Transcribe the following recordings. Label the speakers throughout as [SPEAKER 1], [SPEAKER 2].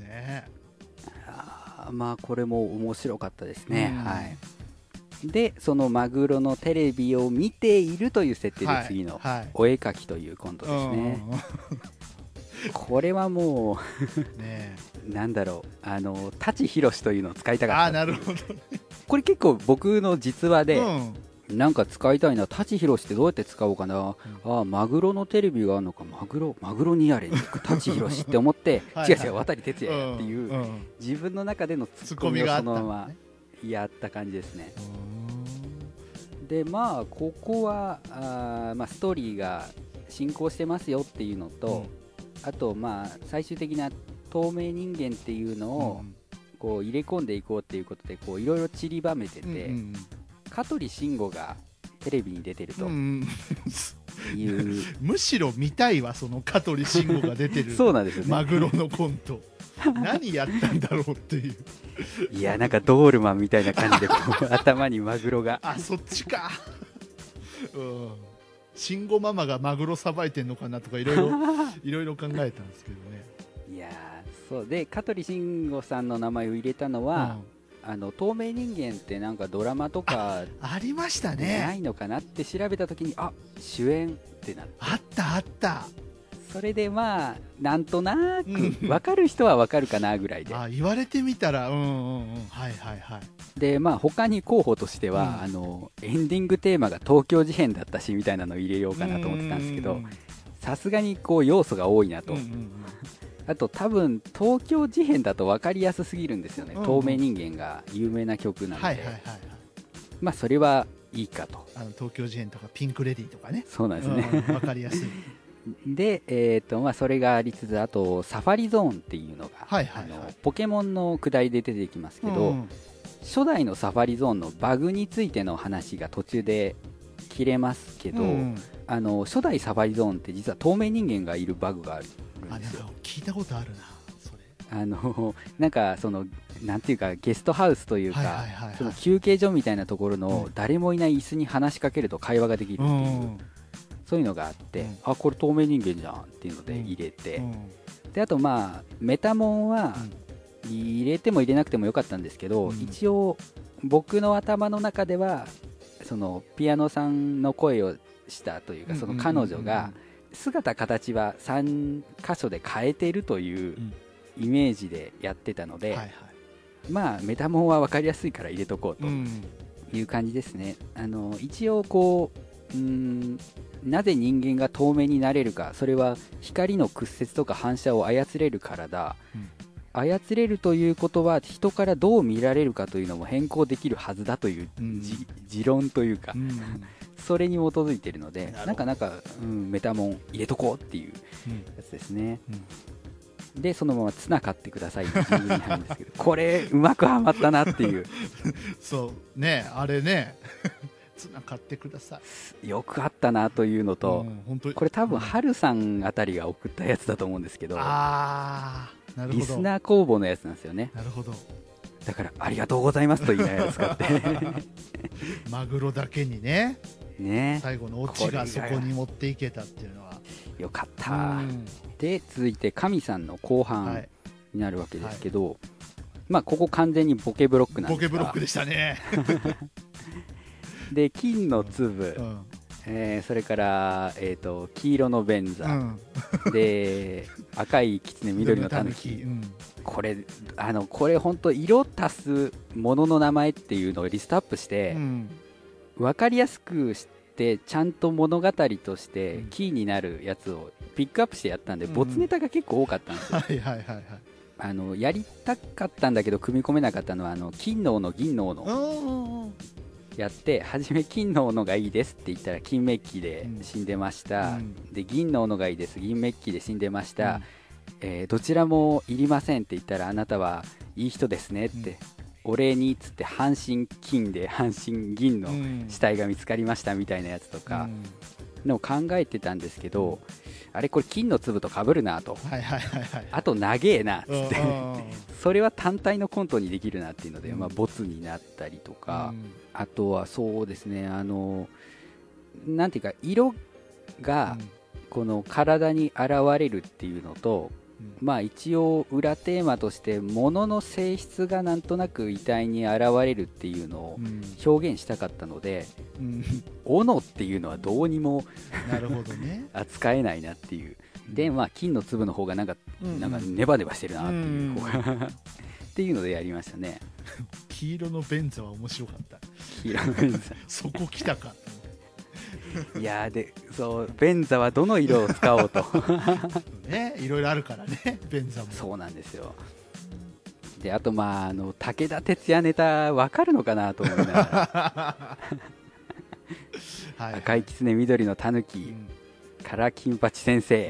[SPEAKER 1] ね。
[SPEAKER 2] まあこれも面白かったですね、はい。でそのマグロのテレビを見ているという設定で次のお絵描きというコントですね、これはもうねなんだろう舘ひろしというのを使いたかった。
[SPEAKER 1] なるほど、ね、
[SPEAKER 2] これ結構僕の実話で、なんか使いたいな、舘ひろしってどうやって使おうかな、マグロのテレビがあるのか、マグロにやれ舘ひろしって思って違う渡哲也やっていう、自分の中でのツッコミをそのままやった感じですね。でまあここはストーリーが進行してますよっていうのと、あとまあ最終的な透明人間っていうのをこう入れ込んでいこうっていうことでいろいろ散りばめてて、香取慎吾がテレビに出てるという、
[SPEAKER 1] むしろ見たいわ、その香取慎吾が出てる
[SPEAKER 2] そうなんですよね、
[SPEAKER 1] マグロのコント何やったんだろうっていう
[SPEAKER 2] いやなんかドールマンみたいな感じで頭にマグロが
[SPEAKER 1] そっちか慎吾ママがマグロさばいてんのかなとかいろいろ考えたんですけどね。
[SPEAKER 2] いやそうで香取慎吾さんの名前を入れたのは、透明人間ってなんかドラマとか
[SPEAKER 1] ありましたね、
[SPEAKER 2] ないのかなって調べた時に主演ってなって、
[SPEAKER 1] あった
[SPEAKER 2] それでまあなんとなく分かる人は分かるかなぐらいで、
[SPEAKER 1] 言われてみたらはいはいはい。
[SPEAKER 2] でまあ他に候補としては、エンディングテーマが東京事変だったしみたいなのを入れようかなと思ってたんですけど、さすがにこう要素が多いなと、あと多分東京事変だと分かりやすすぎるんですよね、透明人間が有名な曲なので、まあそれはいいかと。
[SPEAKER 1] 東京事変とかピンクレディーとかね、
[SPEAKER 2] そうなんですね、
[SPEAKER 1] 分かりやすい
[SPEAKER 2] で、まあ、それがありつつ、あとサファリゾーンっていうのが、ポケモンのくだりで出てきますけど、初代のサファリゾーンのバグについての話が途中で切れますけど、初代サファリゾーンって実は透明人間がいるバグがあるんですよ。
[SPEAKER 1] 聞いたことあるなそれ。
[SPEAKER 2] なんかなんていうかゲストハウスというか、その休憩所みたいなところの誰もいない椅子に話しかけると会話ができるっていう、そういうのがあって、これ透明人間じゃんっていうので入れて、であとまあメタモンは入れても入れなくてもよかったんですけど、一応僕の頭の中ではそのピアノさんの声をしたというか、その彼女が姿形は3箇所で変えているというイメージでやってたので、まあメタモンは分かりやすいから入れとこうという感じですね。一応こうなぜ人間が透明になれるか、それは光の屈折とか反射を操れるからだ、操れるということは人からどう見られるかというのも変更できるはずだという、持論というか、それに基づいているので、なかなか、メタモン入れとこうっていうやつですね、でそのままツナ買ってくださいっていう風になるんですけどこれうまくはまったなっていう
[SPEAKER 1] そうね、あれねツナ買ってくださ
[SPEAKER 2] い、よくあったなというのと、これ多分ハルさんあたりが送ったやつだと思うんですけど、
[SPEAKER 1] なるほど、
[SPEAKER 2] リスナー公募のやつなんですよね。
[SPEAKER 1] なるほど、
[SPEAKER 2] だからありがとうございますと言いながら使って
[SPEAKER 1] マグロだけにね最後のオチがそこに持っていけたっていうのは
[SPEAKER 2] よかった、で続いて神さんの後半になるわけですけど、まあここ完全にボケブロックなんですが、
[SPEAKER 1] ボケブロックでしたね
[SPEAKER 2] で金の粒、それから、黄色の便座、で赤い狐緑のタヌキ、これ本当色足すものの名前っていうのをリストアップして、分かりやすくしてちゃんと物語としてキーになるやつをピックアップしてやったんで、没ネタが結構多かったんですよ。やりたかったんだけど組み込めなかったのは金の斧銀の斧やって、初め金の斧がいいですって言ったら金メッキで死んでました、で銀の斧がいいです、銀メッキで死んでました、どちらもいりませんって言ったら、あなたはいい人ですねって、お礼にっつって半身金で半身銀の死体が見つかりましたみたいなやつとかのを考えてたんですけど、あれこれ金の粒と被るなと、あと長えなっつってそれは単体のコントにできるなっていうので、ボツになったりとか、あとはそうですね、なんていうか色がこの体に現れるっていうのと、 まあ一応裏テーマとして物の性質がなんとなく遺体に現れるっていうのを表現したかったので、斧っていうのはどうにも
[SPEAKER 1] なるほどね
[SPEAKER 2] 扱えないなっていう。でまあ金の粒の方がなんかネバネバしてるなっていうっていうのでやりましたね。
[SPEAKER 1] 黄色のベンザは面白かった。
[SPEAKER 2] 黄色のベンザ
[SPEAKER 1] そこ来たか
[SPEAKER 2] いやでそうベンザはどの色を使おうと
[SPEAKER 1] ね、いろいろあるからねベンザも。
[SPEAKER 2] そうなんですよ。であとまあ武田鉄矢ネタわかるのかなと思いながらはい、赤い狐緑のタヌキ、から金八先生、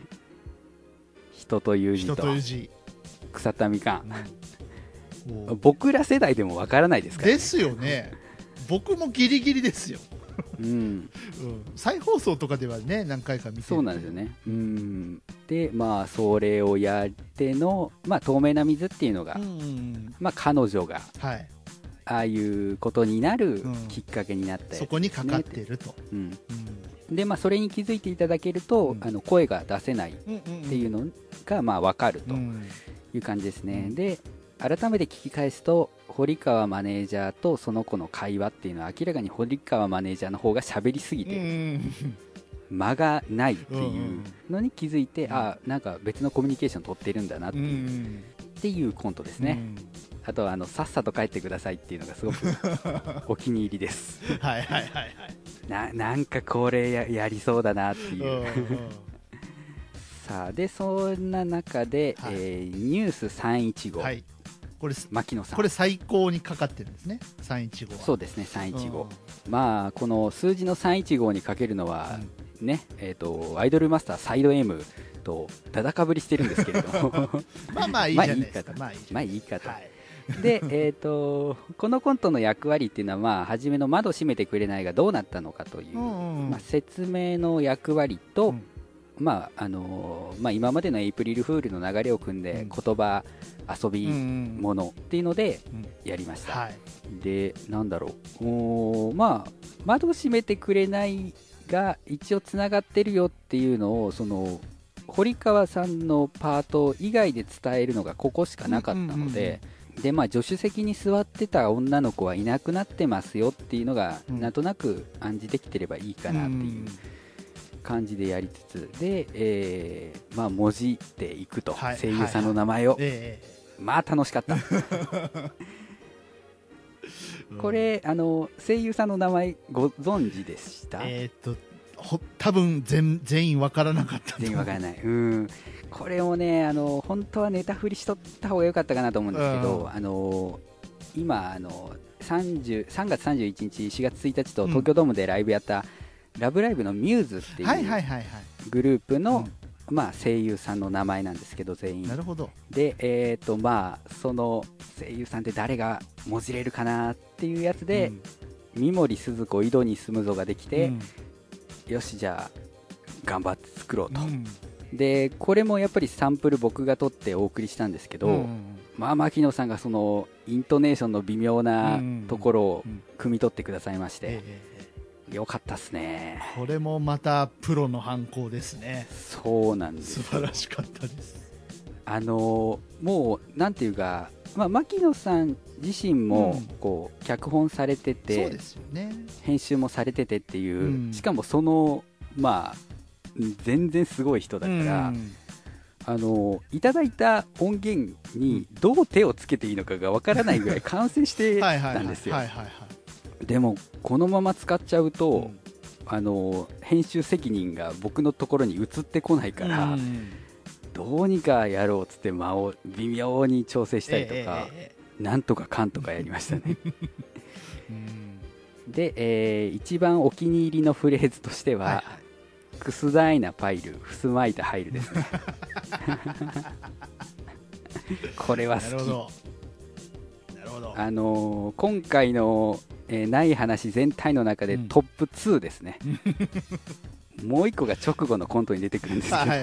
[SPEAKER 2] 人という字と草田みかん、僕ら世代でもわからないですからね。
[SPEAKER 1] ですよね。僕もギリギリですよ再放送とかではね何回か見てる。
[SPEAKER 2] そうなんですよね。でまあそれをやっての、まあ、透明な水っていうのが、まあ、彼女が、ああいうことになるきっかけになったやつですね。
[SPEAKER 1] そこにかかっていると。
[SPEAKER 2] でまあ、それに気づいていただけると、声が出せないっていうのがまあ分かるという感じですね。で改めて聞き返すと堀川マネージャーとその子の会話っていうのは明らかに堀川マネージャーの方が喋りすぎて間がないっていうのに気づいて、あなんか別のコミュニケーション取ってるんだなっていうコントですね。あとはさっさと帰ってくださいっていうのがすごくお気に入りです
[SPEAKER 1] はいはいはい
[SPEAKER 2] はい。なんかこれ やりそうだなっていうさあでそんな中で、ニュース315、
[SPEAKER 1] これ
[SPEAKER 2] 牧野さん、
[SPEAKER 1] これ最高にかかってるんですね315は。
[SPEAKER 2] そうですね315、まあこの数字の315にかけるのは、ねアイドルマスターサイド M とだだかぶりしてるんですけれども
[SPEAKER 1] まあまあいいじゃないですか。
[SPEAKER 2] まあいいかと、で、このコントの役割っていうのは、まあ、初めの窓閉めてくれないがどうなったのかという、まあ、説明の役割と、まあまあ、今までのエイプリルフールの流れを組んで、言葉遊びものっていうのでやりました。でなんだろう、まあ、窓閉めてくれないが一応つながってるよっていうのを堀川さんのパート以外で伝えるのがここしかなかったので、でまあ、助手席に座ってた女の子はいなくなってますよっていうのが、なんとなく暗示できてればいいかなっていう感じでやりつつで、まあ、文字っていくと、声優さんの名前を、まあ楽しかったこれ声優さんの名前ご存知でした？
[SPEAKER 1] 多分全員わからなかった。
[SPEAKER 2] 全員わからない。これをね本当はネタ振りしとった方が良かったかなと思うんですけど、今3月31日4月1日と東京ドームでライブやったラブライブのミューズっていうグループの、まあ、声優さんの名前なんですけど全員。
[SPEAKER 1] なるほど。
[SPEAKER 2] でまあその声優さんって誰がもじれるかなっていうやつで、三森すず子井戸に住むぞができて、よしじゃあ頑張って作ろうと、でこれもやっぱりサンプル僕が取ってお送りしたんですけど、まあ牧野さんがそのイントネーションの微妙なところを汲み取ってくださいまして、よかったっすね。
[SPEAKER 1] これもまたプロの犯行ですね。
[SPEAKER 2] そうなんです。
[SPEAKER 1] 素晴らしかったです。
[SPEAKER 2] もうなんていうか、まあ、牧野さん自身もこう脚本されてて、
[SPEAKER 1] そうですよね、
[SPEAKER 2] 編集もされててっていう、しかもそのまあ全然すごい人だから、いただいた音源にどう手をつけていいのかがわからないぐらい完成してたんですよ。でもこのまま使っちゃうと、編集責任が僕のところに移ってこないから、どうにかやろうっつって間を微妙に調整したりとか、なんとかかんとかやりましたねで、一番お気に入りのフレーズとしては、くすだいなパイルふすまいた入るですねこれは好き。
[SPEAKER 1] なるほど。
[SPEAKER 2] 今回の、ない話全体の中でトップ2ですね、もう一個が直後のコントに出てくるんですけど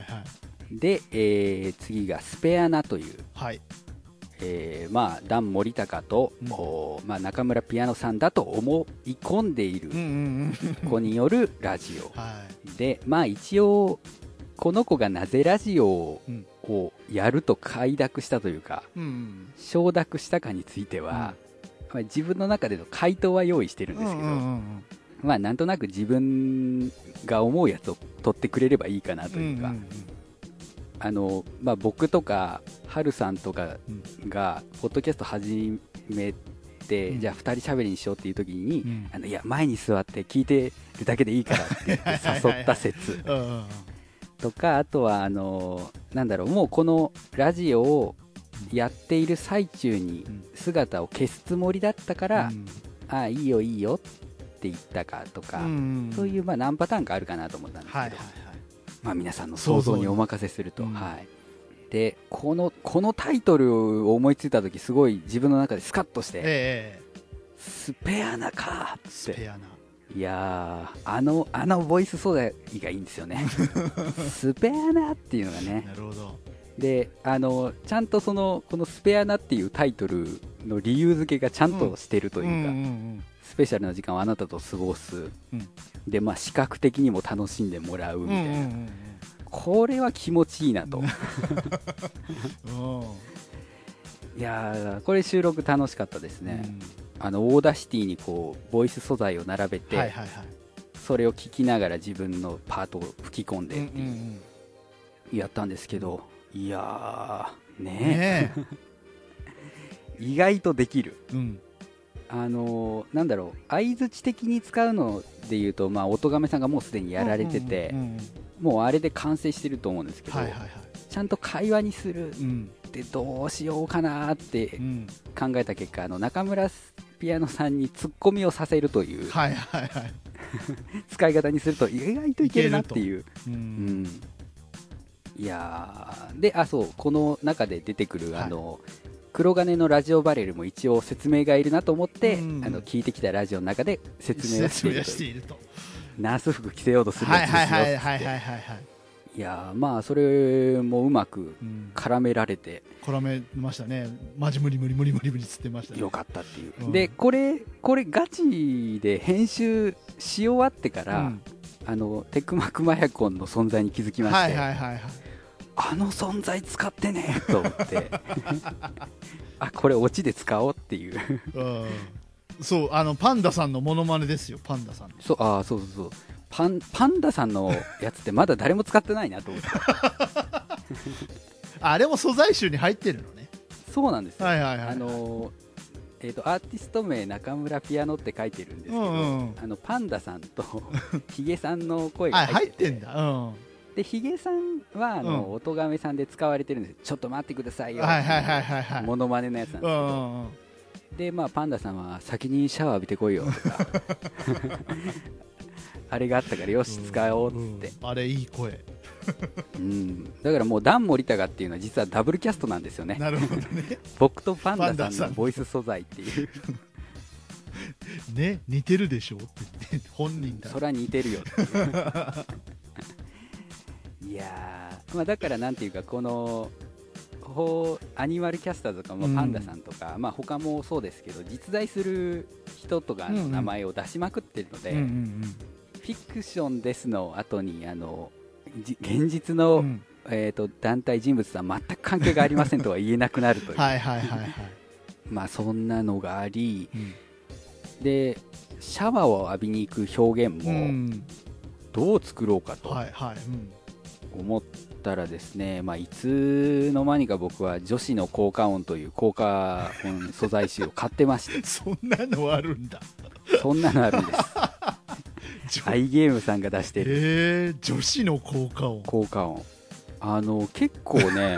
[SPEAKER 2] で、次がスペアナという、まあ、ダン森高と、まあ、中村ピアノさんだと思い込んでいる子によるラジオ、で、まあ、一応この子がなぜラジオをやると快諾したというか、承諾したかについては、自分の中での回答は用意してるんですけど、まあなんとなく自分が思うやつを取ってくれればいいかなというか、まあ、僕とかハルさんとかがポッドキャスト始めて、じゃあ2人喋りにしようっていう時に、いや前に座って聞いてるだけでいいからって言って誘った説とか、あとはなんだろう、もうこのラジオをやっている最中に姿を消すつもりだったから、ああいいよいいよって言ったかとか、そういうまあ何パターンかあるかなと思ったんですけど、まあ皆さんの想像にお任せすると、はい。でこのタイトルを思いついた時すごい自分の中でスカッとして、スペアナかって。スペアナ、いやー、あのボイス素材がいいんですよねスペアナっていうのがね。
[SPEAKER 1] なるほど。
[SPEAKER 2] でちゃんとこのスペアナっていうタイトルの理由付けがちゃんとしてるというか、スペシャルな時間をあなたと過ごす、でまあ視覚的にも楽しんでもらうみたいな、これは気持ちいいなといやこれ収録楽しかったですね、オーダーシティにこうボイス素材を並べて、それを聞きながら自分のパートを吹き込んでっていうやったんですけど、いやーね意外とできる、なんだろう、相づち的に使うのでいうと、まあ、音亀さんがもうすでにやられてて、もうあれで完成してると思うんですけど、ちゃんと会話にするってどうしようかなって考えた結果、中村ピアノさんにツッコミをさせるという使い方にすると意外といけるなっていう。いやで、そう、この中で出てくる黒金のラジオバレルも一応説明がいるなと思って、聞いてきたラジオの中で説明をしていると。ナース服着せようとするやつですよって。いやまあそれもうまく絡められて、
[SPEAKER 1] 絡めましたね。マジ無理無理無理無理無理つってましたね。
[SPEAKER 2] よかったっていう、でこれガチで編集し終わってから、テクマクマヤコンの存在に気づきまして、あの存在使ってねと思ってあ、これオチで使おうっていう
[SPEAKER 1] そう、パンダさんのモノマネですよ。パンダさん。
[SPEAKER 2] そうそうパンダさんのやつってまだ誰も使ってないなと思って
[SPEAKER 1] あれも素材集に入ってるのね。
[SPEAKER 2] そうなんですよ。アーティスト名中村ピアノって書いてるんですけど、パンダさんとヒゲさんの声が入ってて、入ってんだ。でヒゲさんは音亀さんで使われてるんです。ちょっと待ってくださいよ、モノマネのやつなんですけど、でまあパンダさんは先にシャワー浴びてこいよとかあれがあったからよし使おうっつって、
[SPEAKER 1] あれいい声
[SPEAKER 2] だからもうダン・モリタガっていうのは実はダブルキャストなんですよね。
[SPEAKER 1] なるほどね
[SPEAKER 2] 僕とパンダさんのボイス素材っていう
[SPEAKER 1] ね、似てるでしょって言って本人だ、
[SPEAKER 2] そりゃ似てるよっていういやまあだからなんていうか、このアニマルキャスターとかもパンダさんとか、まあ他もそうですけど実在する人とかの名前を出しまくってるので、フィクションですの後に現実の、団体人物とは全く関係がありませんとは言えなくなるというまあそんなのがあり、でシャワーを浴びに行く表現もどう作ろうかと思ったらですね、まあ、いつの間にか僕は女子の効果音という効果音素材集を買ってまして
[SPEAKER 1] そんなのあるんだ。
[SPEAKER 2] そんなのあるんですアイゲームさんが出してる、
[SPEAKER 1] 女子の効果音
[SPEAKER 2] 結構ね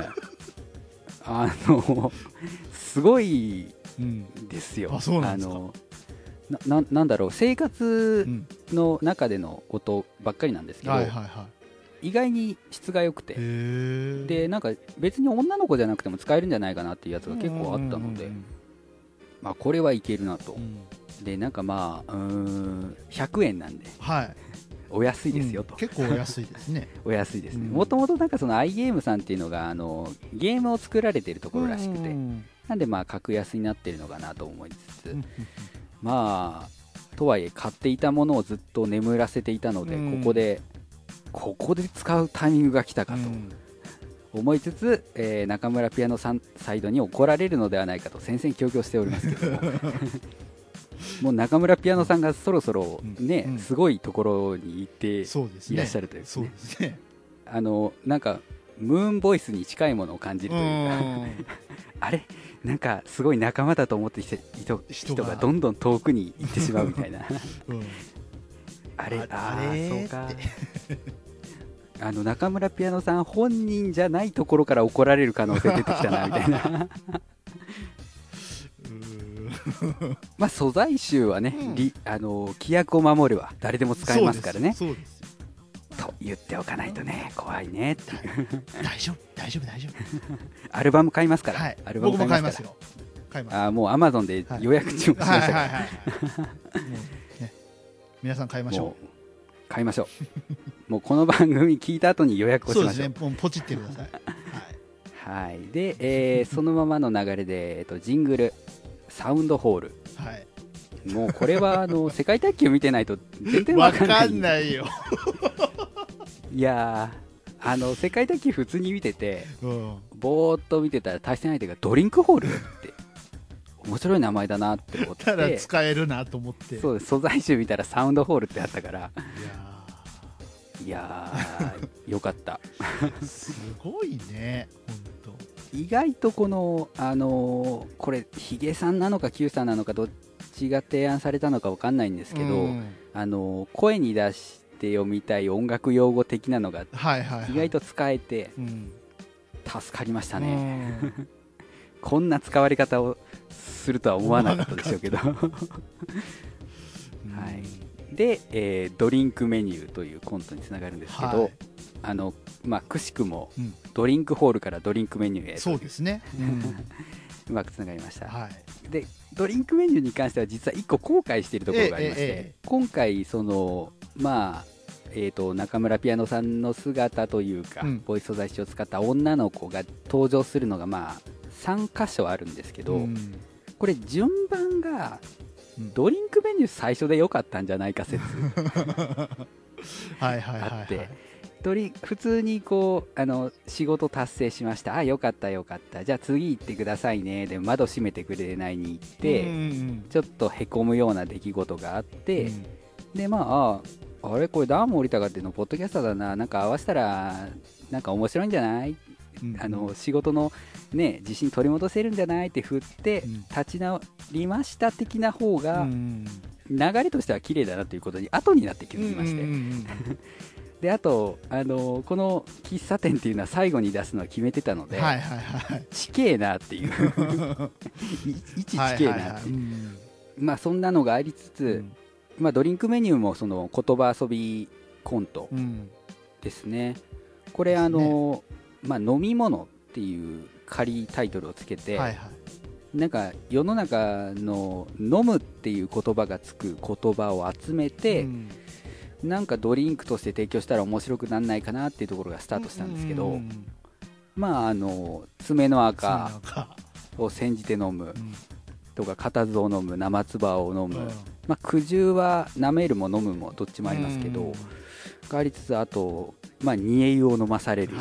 [SPEAKER 2] すごいですよ。
[SPEAKER 1] そうなんですか。
[SPEAKER 2] なんだろう、生活の中での音ばっかりなんですけど、意外に質が良くて、でなんか別に女の子じゃなくても使えるんじゃないかなっていうやつが結構あったので、まあこれはいけるなと。でなんかまあ100円なんで、お安いですよと、
[SPEAKER 1] 結構お安いですね
[SPEAKER 2] お安いですね。もともとなんかそのアイゲームさんっていうのがゲームを作られてるところらしくて、なんでまあ格安になってるのかなと思いつつ、まあとはいえ買っていたものをずっと眠らせていたので、ここでここで使うタイミングが来たかと思いつつ、中村ピアノさんサイドに怒られるのではないかと戦々恐々しておりますけどももう中村ピアノさんがそろそろね、すごいところに行っていらっしゃるというですね、なんかムーンボイスに近いものを感じるというかあれなんかすごい仲間だと思っていた人がどんどん遠くに行ってしまうみたいなあれそうか中村ピアノさん本人じゃないところから怒られる可能性出てきたなみたいなまあ素材集はね、規約を守れば誰でも使えますからね。そうですと言っておかないとね、怖いねっていう
[SPEAKER 1] 大丈夫
[SPEAKER 2] アルバム買いますから、
[SPEAKER 1] はい、僕も買いますよ。
[SPEAKER 2] もうアマゾンで予約注文しましたから
[SPEAKER 1] 皆さん買いましょう。
[SPEAKER 2] 買いましょうもうこの番組聞いた後に予約をしましょう。
[SPEAKER 1] そうですね、もうポチってください
[SPEAKER 2] はい、で、そのままの流れで、ジングルサウンドホール、はい、もうこれは世界卓球見てないと全然わかんないよいや世界卓球普通に見てて、ぼーっと見てたら対戦相手がドリンクホールって面白い名前だなって思ってたら
[SPEAKER 1] 使えるなと思って、
[SPEAKER 2] そうです、素材集見たらサウンドホールってあったから、いやーよかった
[SPEAKER 1] すごいね本当。
[SPEAKER 2] 意外とこのこれヒゲさんなのか Q さんなのかどっちが提案されたのか分かんないんですけど、声に出して読みたい音楽用語的なのが意外と使えて助かりましたねこんな使われ方をするとは思わなかったでしょうけどはい、で、ドリンクメニューというコントにつながるんですけど、くしくもドリンクホールからドリンクメニューへ、
[SPEAKER 1] そうですね、
[SPEAKER 2] うまくつながりました、でドリンクメニューに関しては実は1個後悔しているところがありまして、今回中村ピアノさんの姿というか、ボイス素材紙を使った女の子が登場するのが3箇所あるんですけど、これ順番がドリンクメニュー最初でよかったんじゃないか説あって、普通にこう仕事達成しました、よかったよかった、じゃあ次行ってくださいねで窓閉めてくれないに行って、ちょっとへこむような出来事があって、であれこれダウン降りたかっていうのポッドキャストだな、なんか合わせたらなんか面白いんじゃない、仕事のね自信取り戻せるんじゃないって振って立ち直りました的な方が流れとしては綺麗だなということに後になって気づきましてであとこの喫茶店っていうのは最後に出すのは決めてたので、地形なっていう一地形なっていう、そんなのがありつつ、ドリンクメニューもその言葉遊びコントですね。これ飲み物っていう仮タイトルをつけて、なんか世の中の飲むっていう言葉がつく言葉を集めて、なんかドリンクとして提供したら面白くならないかなっていうところがスタートしたんですけど、爪の赤を煎じて飲むとか、固唾を飲む、生唾を飲む、苦汁は舐めるも飲むもどっちもありますけど、がありつつ、あと煮え湯を飲まされる、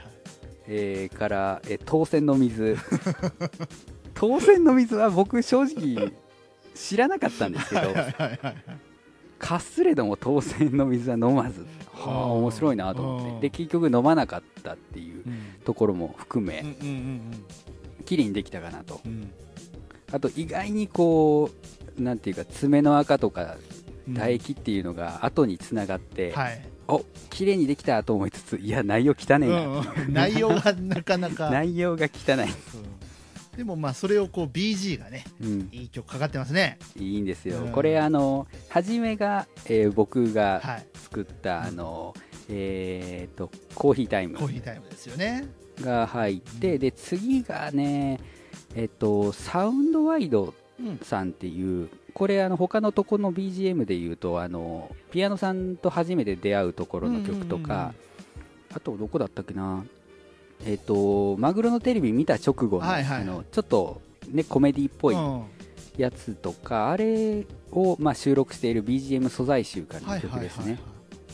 [SPEAKER 2] から当選の水当選の水は僕正直知らなかったんですけどかすれども当選の水は飲まず、面白いなと思って、で結局飲まなかったっていうところも含め綺麗にできたかなと、あと意外にこうなんていうか爪の赤とか唾液っていうのが後につながって、綺麗にできたと思いつつ、いや内容汚ねえな、
[SPEAKER 1] 内容がなかなか
[SPEAKER 2] 内容が汚い、
[SPEAKER 1] でもそれをこう BG がね、いい曲かかってますね。
[SPEAKER 2] いいんですよ、これ初めが、僕が作った、コーヒータイム
[SPEAKER 1] ですよね
[SPEAKER 2] が入って、で次がねサウンドワイドさんっていう、これ他のとこの BGM でいうとピアノさんと初めて出会うところの曲とか、あとどこだったっけな、マグロのテレビ見た直後の、ちょっとねコメディっぽいやつとか、あれを収録している BGM 素材集からの曲ですね。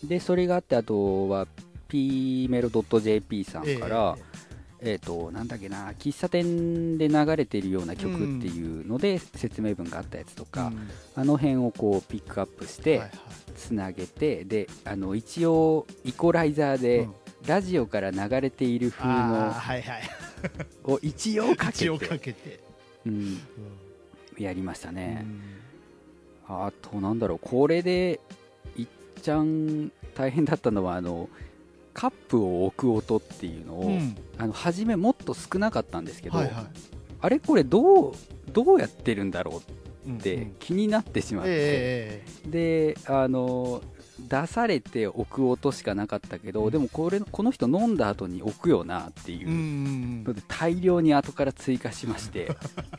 [SPEAKER 2] でそれがあって、あとは pmelo.jp さんから、なんだっけな、喫茶店で流れてるような曲っていうので説明文があったやつとか、あの辺をこうピックアップしてつなげて、で一応イコライザーでラジオから流れている風のを一応かけてやりましたね。あとなんだろう、これでいっちゃん大変だったのはカップを置く音っていうのを、初めもっと少なかったんですけど、あれこれどうやってるんだろうって気になってしまって、で出されて置く音しかなかったけど、でもこの人飲んだ後に置くよなっていうので大量に後から追加しまして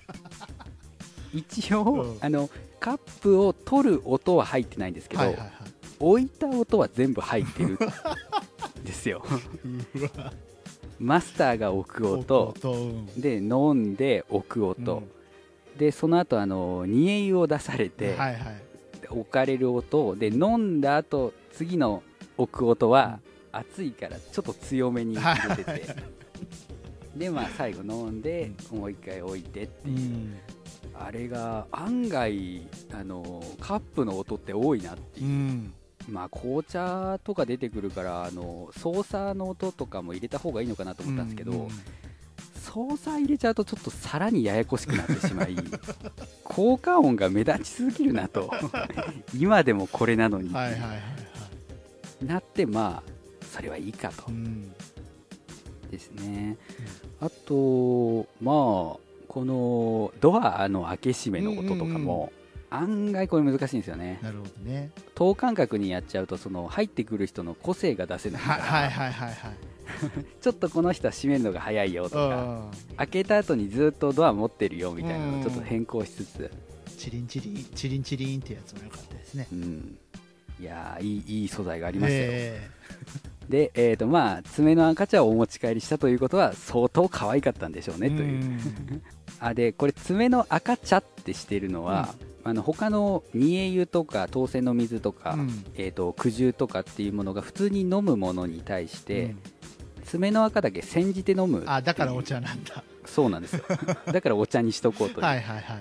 [SPEAKER 2] 一応、カップを取る音は入ってないんですけど、置いた音は全部入ってるですよマスターが置く音で、飲んで置く音、でその後煮え湯を出されて、置かれる音で、飲んだ後次の置く音は熱いからちょっと強めに入れててで最後飲んでもう一回置いてっていう、あれが案外カップの音って多いなっていう、紅茶とか出てくるからソーサーの音とかも入れた方がいいのかなと思ったんですけど、ソーサー入れちゃうとちょっとさらにややこしくなってしまい効果音が目立ちすぎるなと今でもこれなのになって、それはいいかと、ですね。あとこのドアの開け閉めの音とかも、案外これ難しいんですよね。
[SPEAKER 1] なるほどね。
[SPEAKER 2] 等間隔にやっちゃうと入ってくる人の個性が出せないからちょっとこの人は閉めるのが早いよとか、開けた後にずっとドア持ってるよみたいなのをちょっと変更しつつ、
[SPEAKER 1] チリンチリンチリンチリンってやつも良かったですね。
[SPEAKER 2] いやいい素材がありましたよ、で、爪の赤ちゃんをお持ち帰りしたということは相当可愛かったんでしょうねというでこれ爪の赤茶ってしてるのは、他の煮え湯とか当選の水とか、苦汁とかっていうものが普通に飲むものに対して、爪の赤だけ煎じて飲む。
[SPEAKER 1] だからお茶なんだ。
[SPEAKER 2] そうなんですよだからお茶にしとこうという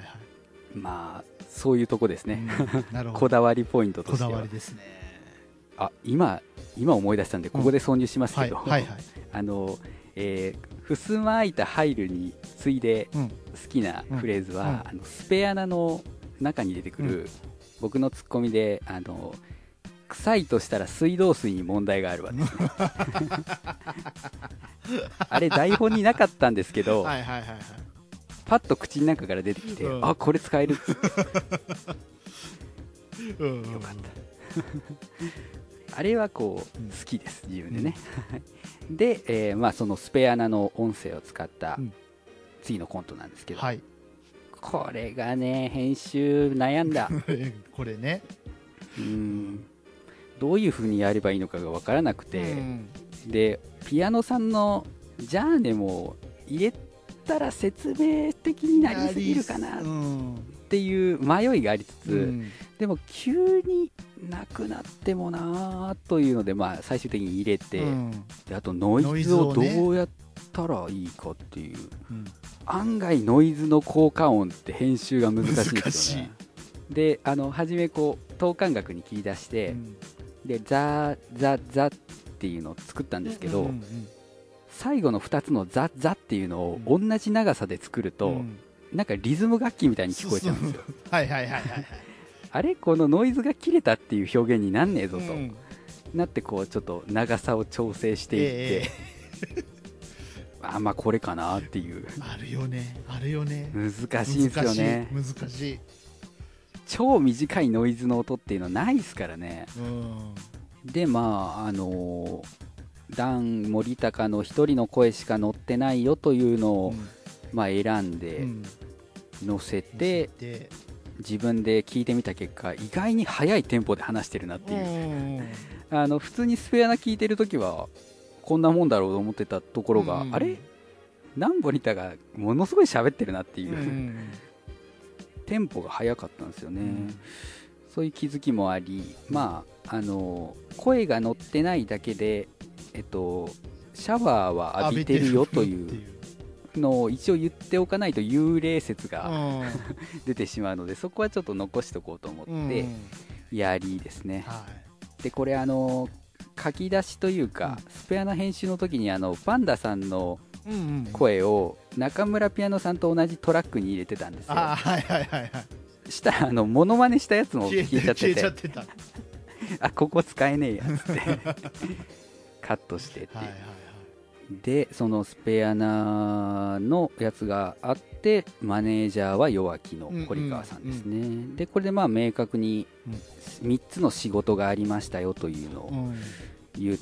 [SPEAKER 2] そういうとこですね、こだわりポイントとしては。
[SPEAKER 1] こだわりですね。
[SPEAKER 2] 今思い出したんでここで挿入しますけど、ふすま開いた入るに次いで好きなフレーズは、スペアナの中に出てくる、僕のツッコミで臭いとしたら水道水に問題があるわですねあれ台本になかったんですけど、パッと口の中から出てきて、これ使えるよかったあれは好きです自分でねで、そのスペアナの音声を使った次のコントなんですけど、これがね編集悩んだ
[SPEAKER 1] これね、
[SPEAKER 2] どういう風にやればいいのかが分からなくて、でピアノさんのジャーネも入れたら説明的になりすぎるかなっていう迷いがありつつ、でも急になくなってもなというので、最終的に入れて、であとノイズをどうやったらいいかっていう、案外ノイズの効果音って編集が難しいんですよね。で初め等間隔に切り出して、でザザザっていうのを作ったんですけど、最後の2つのザザっていうのを同じ長さで作ると、なんかリズム楽器みたいに聞こえちゃうんですよ。あれこのノイズが切れたっていう表現になんねえぞと、なってちょっと長さを調整していって、これかなっていう。
[SPEAKER 1] あるよね
[SPEAKER 2] 難しいんですよね。
[SPEAKER 1] 難しい。
[SPEAKER 2] 超短いノイズの音っていうのはないですからね。でダン森高の一人の声しか載ってないよというのを、選んで載せて、自分で聞いてみた結果、意外に速いテンポで話してるなっていう普通にスペアナ聞いてるときはこんなもんだろうと思ってたところが、あれダン森高がものすごい喋ってるなっていうテンポが速かったんですよね。 そういう気づきもあり、声が乗ってないだけで、シャワーは浴びてるよというのを一応言っておかないと幽霊説が出てしまうので、そこはちょっと残しとこうと思ってやりですね。でこれ書き出しというか、スペアな編集の時にパンダさんの声を中村ピアノさんと同じトラックに入れてたんですよ。したらモノマネしたやつも消えちゃっててあ、ここ使えねえやつってカットしてってで、そのスペアナのやつがあって、マネージャーは弱気の堀川さんですね。でこれで明確に3つの仕事がありましたよというのを言って、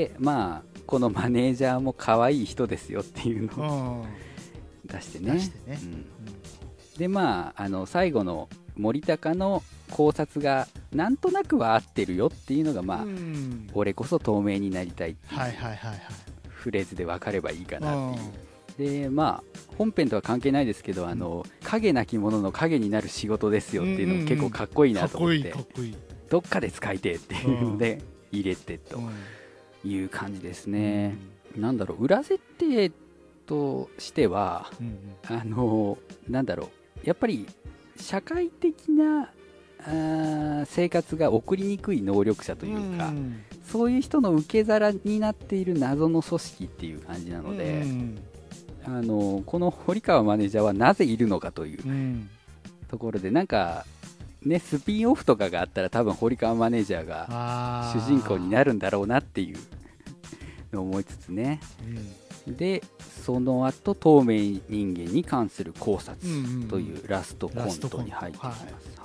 [SPEAKER 2] このマネージャーも可愛い人ですよっていうのを出してね。で最後の森高の考察がなんとなくは合ってるよっていうのが俺こそ透明になりたいっていうフレーズで分かればいいかなっていう。で本編とは関係ないですけど、影なき者の影になる仕事ですよっていうのも結構かっこいいなと思って、どっかで使いてっていうので入れてという感じですね。なんだろう、裏設定としては、なんだろう、やっぱり社会的な生活が送りにくい能力者というか、そういう人の受け皿になっている謎の組織っていう感じなので、この堀川マネージャーはなぜいるのかというところで、なんかね、スピンオフとかがあったら多分堀川マネージャーが主人公になるんだろうなっていうのを思いつつね、でその後透明人間に関する考察というラストコントに入ってきます。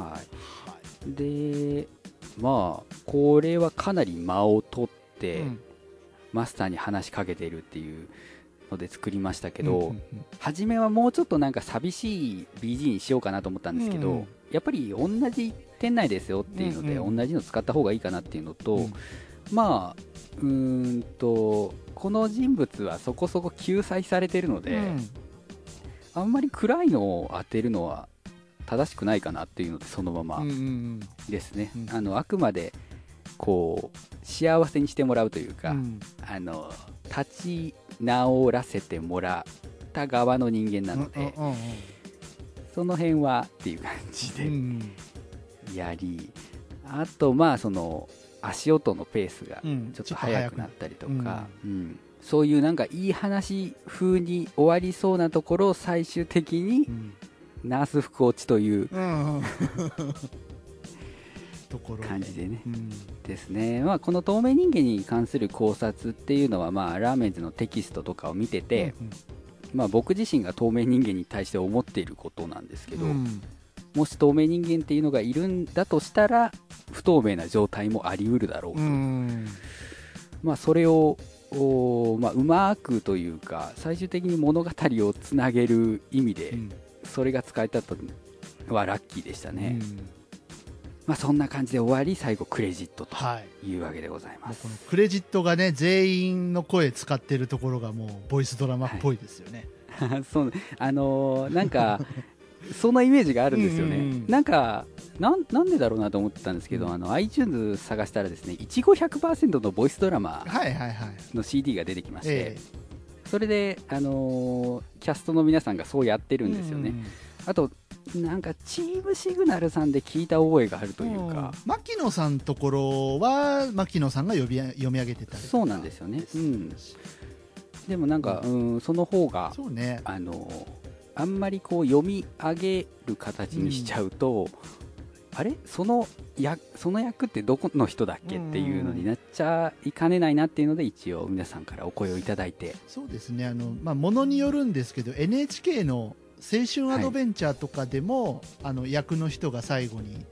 [SPEAKER 2] でこれはかなり間を取って、マスターに話しかけているっていうので作りましたけど、初めはもうちょっとなんか寂しい BG にしようかなと思ったんですけど、やっぱり同じ店内ですよっていうので、同じの使った方がいいかなっていうのと、この人物はそこそこ救済されているので、あんまり暗いのを当てるのは正しくないかなっていうので、そのままですね。あくまでこう幸せにしてもらうというか、立ち直らせてもらった側の人間なので、その辺はっていう感じでやり、あとその足音のペースがちょっと速くなったりとか、そういうなんかいい話風に終わりそうなところを最終的にナース服落ちという感じでね、ですね。この透明人間に関する考察っていうのは、ラーメンズのテキストとかを見てて、僕自身が透明人間に対して思っていることなんですけど、もし透明人間っていうのがいるんだとしたら不透明な状態もあり得るだろうと、それをうまくというか、最終的に物語をつなげる意味でそれが使えたとはラッキーでしたね。そんな感じで終わり、最後クレジットというわけでございます。
[SPEAKER 1] このクレジットがね、全員の声使ってるところがもうボイスドラマっぽいですよね。
[SPEAKER 2] そうなんかそのイメージがあるんですよね。なんでだろうなと思ってたんですけど、iTunes 探したらですね、いちご 100% のボイスドラマの CD が出てきまして、それで、キャストの皆さんがそうやってるんですよね。あとなんかチームシグナルさんで聞いた覚えがあるというか、
[SPEAKER 1] 牧野さんのところは牧野さんが読み上げてたりとか。
[SPEAKER 2] そうなんですよね。でもなんか、その方が
[SPEAKER 1] そうね、
[SPEAKER 2] あんまりこう読み上げる形にしちゃうと、あれその役ってどこの人だっけっていうのになっちゃいかねないなっていうので、一応皆さんからお声をいただいて。
[SPEAKER 1] そうですね、ものによるんですけど NHK の青春アドベンチャーとかでも、役の人が最後に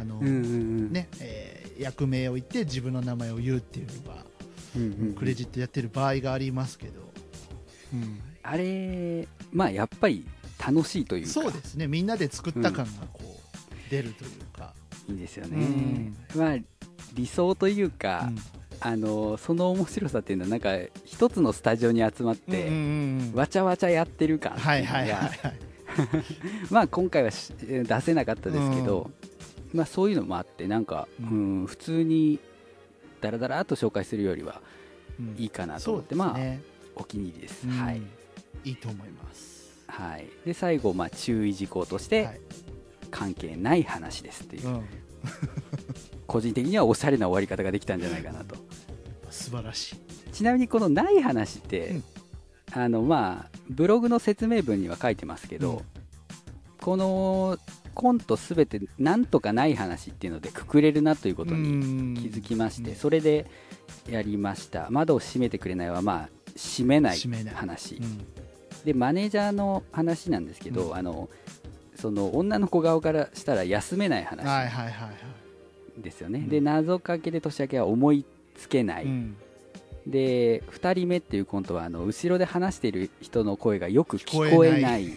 [SPEAKER 1] 役名を言って自分の名前を言うっていうのが、クレジットやってる場合がありますけど、
[SPEAKER 2] あれやっぱり楽しいというか、
[SPEAKER 1] そうですね、みんなで作った感がこう、出るというか
[SPEAKER 2] いいですよね。理想というか、その面白さっていうのはなんか一つのスタジオに集まってわちゃわちゃやってる感っていうのが今回は出せなかったですけど、 まあ、そういうのもあってなんか、普通にダラダラっと紹介するよりはいいかなと思って、まあお気に入りです。はい、
[SPEAKER 1] いいと思います。
[SPEAKER 2] はい、で最後、注意事項として、関係ない話ですっていう、個人的にはおしゃれな終わり方ができたんじゃないかなと。
[SPEAKER 1] 素晴らしい。
[SPEAKER 2] ちなみにこのない話って、ブログの説明文には書いてますけど、このコントすべてなんとかない話っていうのでくくれるなということに気づきまして、それでやりました。窓を閉めてくれないは閉めない話で、マネージャーの話なんですけど、その女の子側からしたら休めない話ですよね。で謎かけで年明けは思いつけない、で2人目っていうコントは後ろで話している人の声がよく聞こえない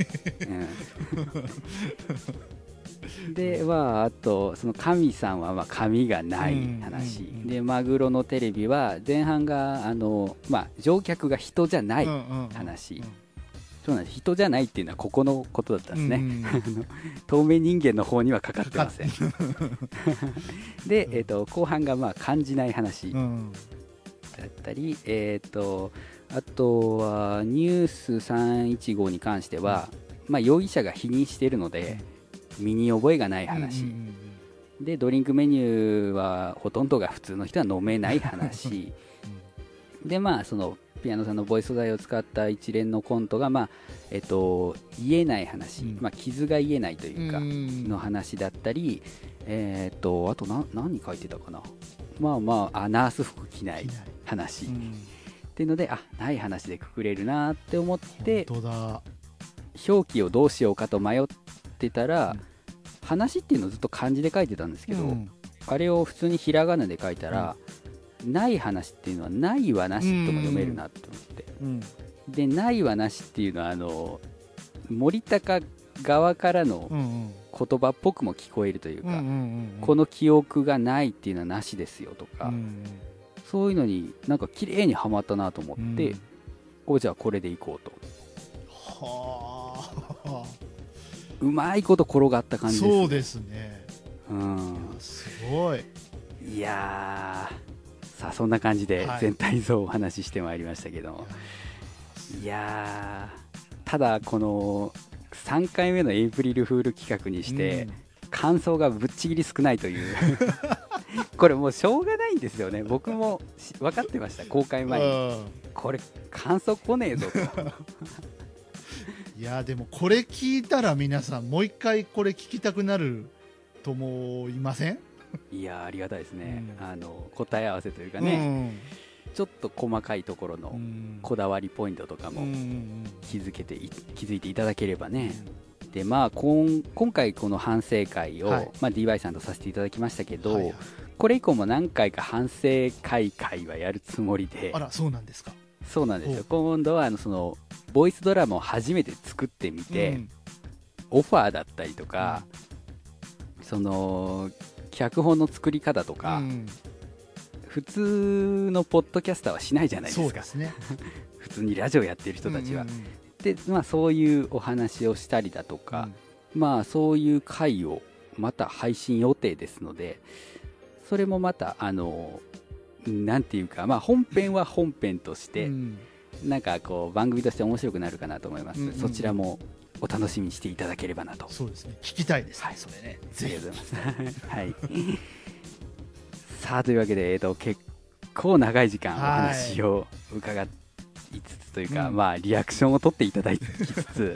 [SPEAKER 2] で、あとその神さんは髪がない話、でマグロのテレビは前半が乗客が人じゃない話、そうなんです。人じゃないっていうのはここのことだったんですね。透明人間の方にはかかってませんで、後半が感じない話だったり、あとはニュース315に関しては、容疑者が否認しているので身に覚えがない話、でドリンクメニューはほとんどが普通の人は飲めない話でそのピアノさんのボイス素材を使った一連のコントが、言えない話、傷が言えないというかの話だったり、あと何書いてたかな、ナース服着ない話っていうので、ない話でくくれるなって思って、表記をどうしようかと迷ってたら、話っていうのをずっと漢字で書いてたんですけど、あれを普通にひらがなで書いたら、ない話っていうのはないはなしとも読めるなと思って、でないはなしっていうのは森高側からの言葉っぽくも聞こえるというか、この記憶がないっていうのはなしですよとか、そういうのになんか綺麗にはまったなと思って、じゃあこれでいこうと。はあ、うまいこと転がった感じですね。
[SPEAKER 1] そうですね。すごい。
[SPEAKER 2] いやさあそんな感じで全体像をお話ししてまいりましたけども、いやただこの3回目のエイプリルフール企画にして、感想がぶっちぎり少ないというこれもうしょうがないんですよね。僕も分かってました、公開前にこれ感想来ねえぞと
[SPEAKER 1] いやでもこれ聞いたら皆さんもう一回これ聞きたくなると思いません？
[SPEAKER 2] いやありがたいですね、答え合わせというかね、ちょっと細かいところのこだわりポイントとかも気づいていただければね、で今回この反省会を、DY さんとさせていただきましたけど、これ以降も何回か反省会はやるつもりで。
[SPEAKER 1] あら、そうなんですか。
[SPEAKER 2] そうなんですよ。今度はそのボイスドラマを初めて作ってみて、オファーだったりとか、その脚本の作り方とか、普通のポッドキャスターはしないじゃないですか。そうですね普通にラジオやってる人たちは、でそういうお話をしたりだとか、そういう回をまた配信予定ですので、それもまたなんていうか、本編は本編として、なんかこう番組として面白くなるかなと思いますので、そちらもお楽しみにしていただければなと。
[SPEAKER 1] そうですね、聞きたいですね、それね。
[SPEAKER 2] ありがとうございますはいさあというわけで、結構長い時間お話を伺いつつというか、リアクションを取っていただきつつ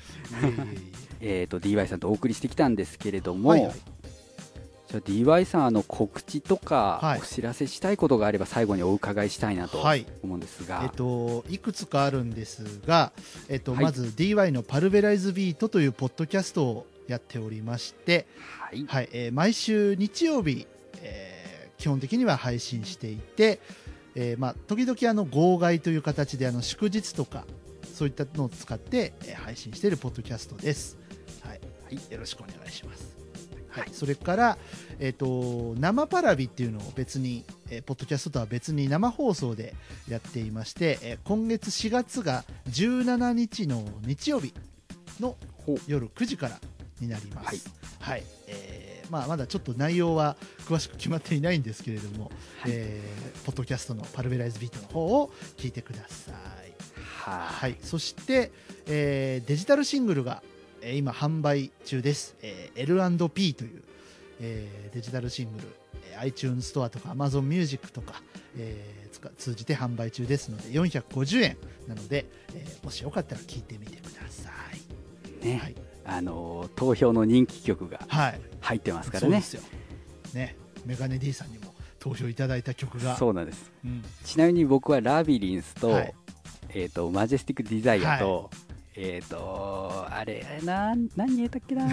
[SPEAKER 2] DY さんとお送りしてきたんですけれども、じゃあ DY さん告知とかお知らせしたいことがあれば最後にお伺いしたいなと思うんですが、
[SPEAKER 1] いくつかあるんですが、まず DY のパルベライズビートというポッドキャストをやっておりまして、毎週日曜日、基本的には配信していて、時々号外という形で祝日とかそういったのを使って配信しているポッドキャストです。よろしくお願いします。それから、生パラビっていうのを別に、ポッドキャストとは別に生放送でやっていまして、今月4月が17日の日曜日の夜9時からになります。 まだちょっと内容は詳しく決まっていないんですけれども、ポッドキャストのパルベライズビートの方を聞いてください。はい、そして、デジタルシングルが、今販売中です。L&P という、デジタルシングル、iTunes ストアとか Amazon Music とか、通じて販売中ですので450円なので、もしよかったら聞いてみてください。ね、はい、
[SPEAKER 2] 投票の人気曲が入ってますからね。
[SPEAKER 1] そうですよね。メガネ D さんにも投票いただいた曲が。
[SPEAKER 2] そうなんです、ちなみに僕はラビリンスと、マジェスティックデザイアと、あれ何言えたっけな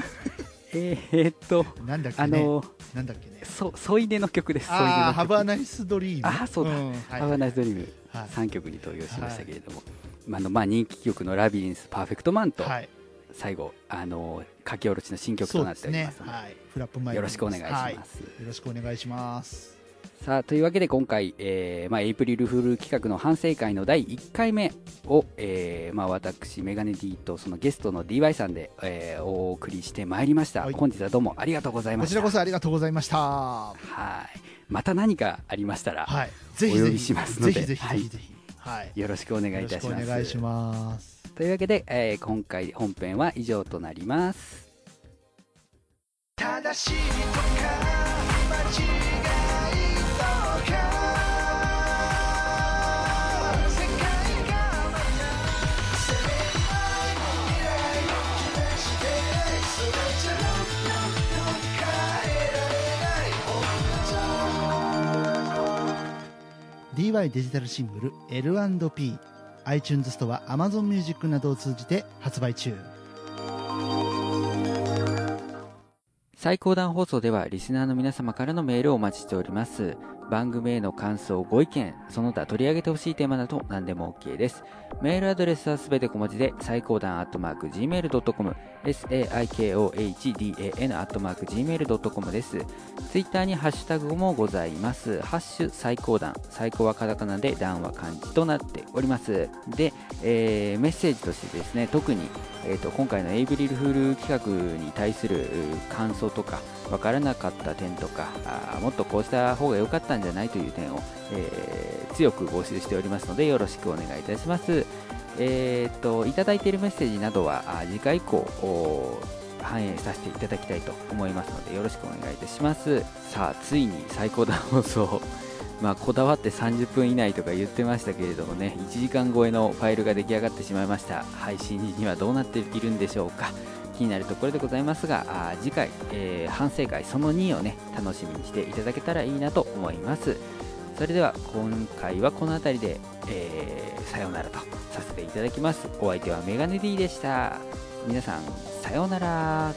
[SPEAKER 1] なんだっけね、
[SPEAKER 2] 添い寝の曲です。
[SPEAKER 1] ハブアナイスドリーム。
[SPEAKER 2] そうだ、ハブアナイスドリーム3曲に投票しましたけれども、人気曲のラビリンスパーフェクトマンと、最後書き下ろしの新曲となっておりますので、
[SPEAKER 1] フラップマイク
[SPEAKER 2] よろしくお願いします。
[SPEAKER 1] よろしくお願いします。
[SPEAKER 2] さあ、というわけで今回、エイプリルフール企画の反省会の第1回目を、私メガネ D とそのゲストの DY さんで、お送りしてまいりました。本日はどうもありがとうございました。
[SPEAKER 1] こちらこそありがとうございました。
[SPEAKER 2] はい、また何かありましたら、お呼びしますので、
[SPEAKER 1] ぜひ
[SPEAKER 2] よろしくお願いいたします。
[SPEAKER 1] お願いします。
[SPEAKER 2] というわけで、今回本編は以上となります。正しいとか間違いとか世界がまた攻めない未来を期待してそれじゃ変えられない
[SPEAKER 1] DY デジタルシングル L&P iTunes ストア Amazon Music などを通じて発売中。
[SPEAKER 2] 最高段放送ではリスナーの皆様からのメールをお待ちしております。番組への感想、ご意見、その他取り上げてほしいテーマなど何でも OK です。メールアドレスはすべて小文字で最高段@gmail.com saikohdan@gmail.com です。ツイッターにハッシュタグもございます。ハッシュ最高段、最高はカタカナで段は漢字となっております。で、メッセージとしてですね、特に今回のエイプリルフール企画に対する感想とか分からなかった点とかもっとこうした方が良かったんじゃないという点を、強く募集しておりますのでよろしくお願いいたします。いただいているメッセージなどは次回以降反映させていただきたいと思いますのでよろしくお願いいたします。さあ、ついに最高段放送こだわって30分以内とか言ってましたけれどもね、1時間超えのファイルが出来上がってしまいました。配信時にはどうなっているんでしょうか。気になるところでございますが、次回、反省会その2をね楽しみにしていただけたらいいなと思います。それでは今回はこの辺りで、さようならとさせていただきます。お相手はメガネ D でした。皆さんさようなら。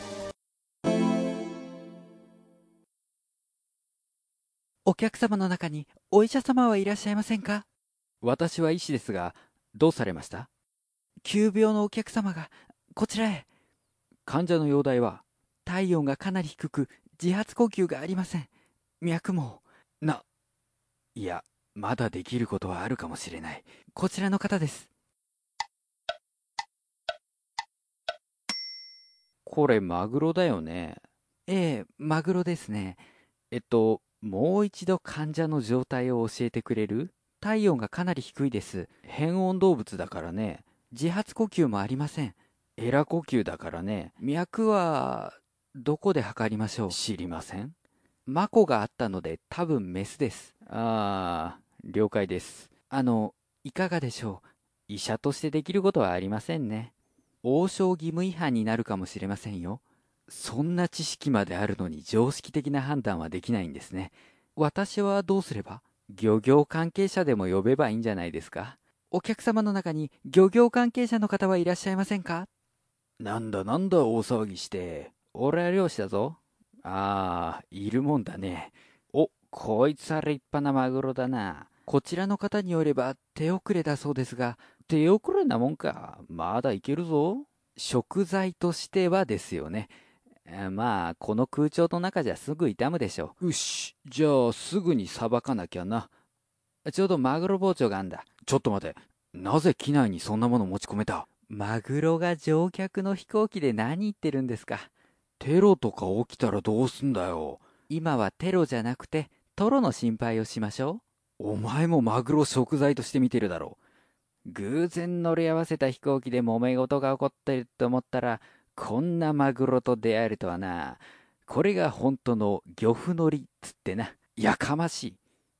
[SPEAKER 2] お客様の中にお医者様はいらっしゃいませんか？私は医師ですが、どうされました？急病のお客様がこちらへ。患者の容体は？体温がかなり低く、自発呼吸がありません。脈も。いや、まだできることはあるかもしれない。こちらの方です。これマグロだよね。ええ、マグロですね。もう一度患者の状態を教えてくれる？体温がかなり低いです。変温動物だからね。自発呼吸もありません。エラ呼吸だからね。脈はどこで測りましょう？知りません。マコがあったので多分メスです。了解です。いかがでしょう？医者としてできることはありませんね。応召義務違反になるかもしれませんよ。そんな知識まであるのに常識的な判断はできないんですね。私はどうすれば？漁業関係者でも呼べばいいんじゃないですか？お客様の中に漁業関係者の方はいらっしゃいませんか？なんだ大騒ぎして。俺は漁師だぞ。いるもんだね。こいつは立派なマグロだな。こちらの方によれば手遅れだそうですが。手遅れなもんか。まだいけるぞ。食材としてはですよね。この空調の中じゃすぐ傷むでしょう。じゃあすぐにさばかなきゃな。ちょうどマグロ包丁があんだ。ちょっと待て。なぜ機内にそんなもの持ち込めた？マグロが乗客の飛行機で何言ってるんですか。 テロとか起きたらどうすんだよ。今はテロじゃなくてトロの心配をしましょう。お前もマグロ食材として見てるだろう。偶然乗り合わせた飛行機で揉め事が起こってると思ったら、こんなマグロと出会えるとはな。これが本当の漁夫の利っつってな。やかましい。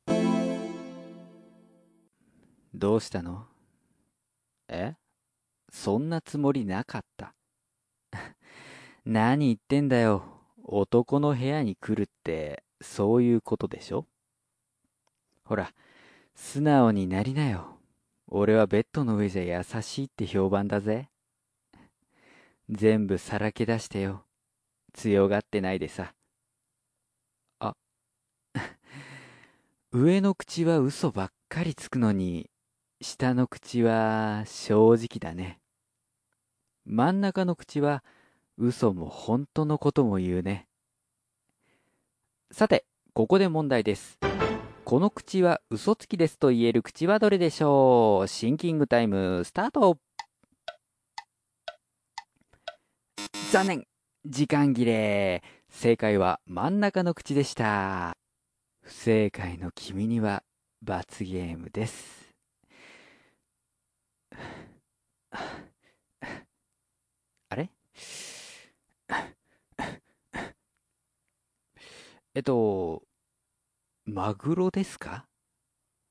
[SPEAKER 2] どうしたの？え？そんなつもりなかった。何言ってんだよ。男の部屋に来るって、そういうことでしょ？ほら、素直になりなよ。俺はベッドの上じゃ優しいって評判だぜ。全部さらけ出してよ。強がってないでさ。あ、上の口は嘘ばっかりつくのに、下の口は正直だね。真ん中の口は嘘も本当のことも言うね。さて、ここで問題です。この口は嘘つきですと言える口はどれでしょう？シンキングタイムスタート。残念、時間切れ。正解は真ん中の口でした。不正解の君には罰ゲームです。あれ？マグロですか？